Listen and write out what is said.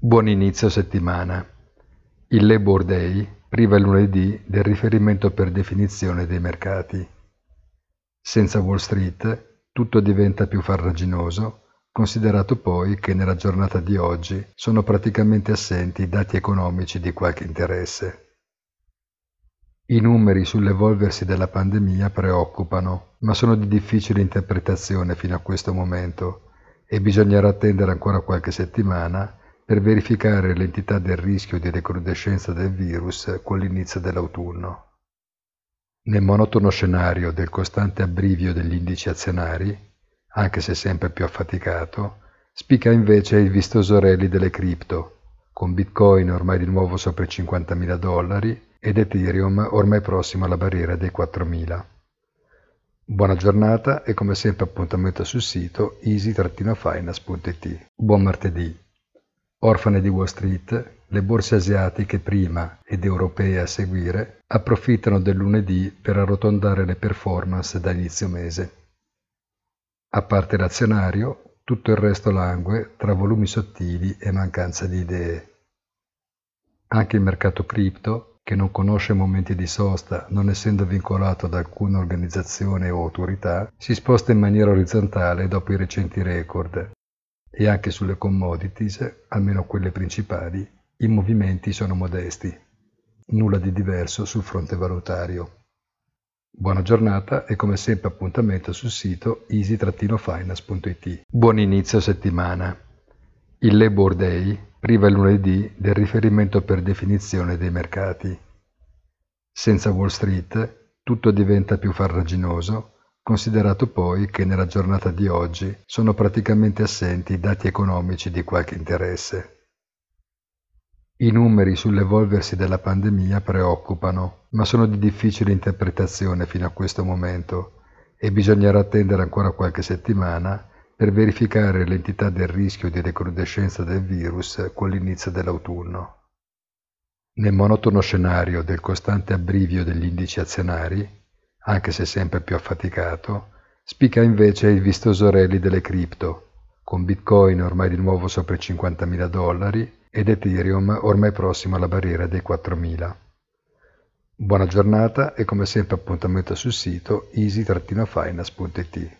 Buon inizio settimana. Il Labor Day priva il lunedì del riferimento per definizione dei mercati. Senza Wall Street tutto diventa più farraginoso, considerato poi che nella giornata di oggi sono praticamente assenti i dati economici di qualche interesse. I numeri sull'evolversi della pandemia preoccupano, ma sono di difficile interpretazione fino a questo momento e bisognerà attendere ancora qualche settimana per verificare l'entità del rischio di recrudescenza del virus con l'inizio dell'autunno. Nel monotono scenario del costante abbrivio degli indici azionari, anche se sempre più affaticato, spicca invece il vistoso rally delle cripto, con Bitcoin ormai di nuovo sopra i $50.000 ed Ethereum ormai prossimo alla barriera dei 4.000. Buona giornata e come sempre appuntamento sul sito easy-finance.it. Buon martedì. Orfane di Wall Street, le borse asiatiche prima ed europee a seguire approfittano del lunedì per arrotondare le performance da inizio mese. A parte l'azionario, tutto il resto langue tra volumi sottili e mancanza di idee. Anche il mercato cripto, che non conosce momenti di sosta non essendo vincolato ad alcuna organizzazione o autorità, si sposta in maniera orizzontale dopo i recenti record e anche sulle commodities, almeno quelle principali, i movimenti sono modesti. Nulla di diverso sul fronte valutario. Buona giornata e come sempre appuntamento sul sito easy-finance.it. Buon inizio settimana. Il Labor Day priva il lunedì del riferimento per definizione dei mercati. Senza Wall Street tutto diventa più farraginoso, considerato poi che nella giornata di oggi sono praticamente assenti i dati economici di qualche interesse. I numeri sull'evolversi della pandemia preoccupano, ma sono di difficile interpretazione fino a questo momento e bisognerà attendere ancora qualche settimana per verificare l'entità del rischio di recrudescenza del virus con l'inizio dell'autunno. Nel monotono scenario del costante abbrivio degli indici azionari, anche se sempre più affaticato, spicca invece il vistoso rally delle cripto, con Bitcoin ormai di nuovo sopra i $50.000 ed Ethereum ormai prossimo alla barriera dei 4.000. Buona giornata e come sempre appuntamento sul sito easy-finance.it.